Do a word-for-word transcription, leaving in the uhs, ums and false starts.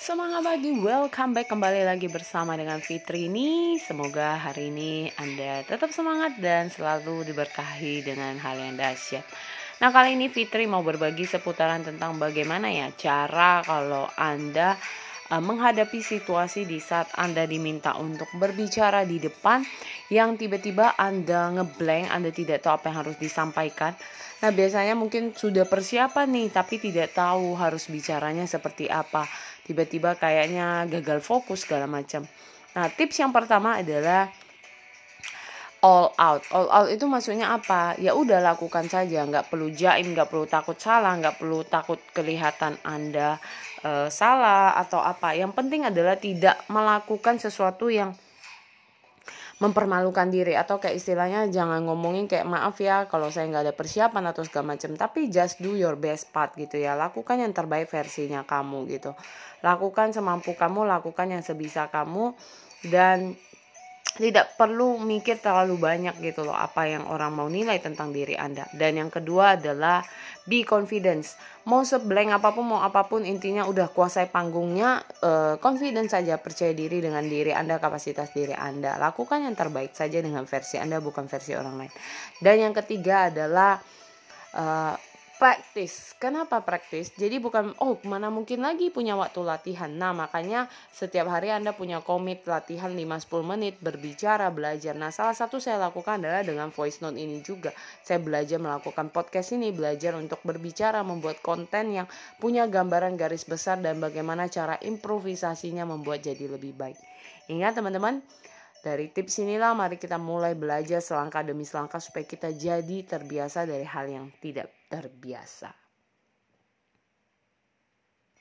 Semangat pagi, welcome back kembali lagi bersama dengan Fitri ini. Semoga hari ini Anda tetap semangat dan selalu diberkahi dengan hal yang dahsyat. Nah, kali ini Fitri mau berbagi seputaran tentang bagaimana ya cara kalau Anda uh, menghadapi situasi di saat Anda diminta untuk berbicara di depan yang tiba-tiba Anda ngeblank, Anda tidak tahu apa yang harus disampaikan. Nah, biasanya mungkin sudah persiapan nih, tapi tidak tahu harus bicaranya seperti apa. Tiba-tiba kayaknya gagal fokus segala macam. Nah, tips yang pertama adalah all out. All out itu maksudnya apa? Ya udah, lakukan saja, nggak perlu jaim, nggak perlu takut salah, nggak perlu takut kelihatan Anda uh, salah atau apa. Yang penting adalah tidak melakukan sesuatu yang mempermalukan diri, atau kayak istilahnya jangan ngomongin kayak maaf ya kalau saya nggak ada persiapan atau segala macam, tapi just do your best part gitu ya, lakukan yang terbaik versinya kamu gitu, lakukan semampu kamu, lakukan yang sebisa kamu, dan tidak perlu mikir terlalu banyak gitu loh apa yang orang mau nilai tentang diri Anda. Dan yang kedua adalah be confidence. Mau seblank apapun, mau apapun, intinya udah kuasai panggungnya, uh, confidence saja, percaya diri dengan diri Anda, kapasitas diri Anda. Lakukan yang terbaik saja dengan versi Anda, bukan versi orang lain. Dan yang ketiga adalah uh, practice. Kenapa practice? Jadi bukan, oh mana mungkin lagi punya waktu latihan. Nah, makanya setiap hari Anda punya komit latihan lima sampai sepuluh menit, berbicara, belajar. Nah, salah satu saya lakukan adalah dengan voice note ini juga. Saya belajar melakukan podcast ini, belajar untuk berbicara, membuat konten yang punya gambaran garis besar dan bagaimana cara improvisasinya membuat jadi lebih baik. Ingat teman-teman, dari tips inilah mari kita mulai belajar selangkah demi selangkah supaya kita jadi terbiasa dari hal yang tidak terbiasa.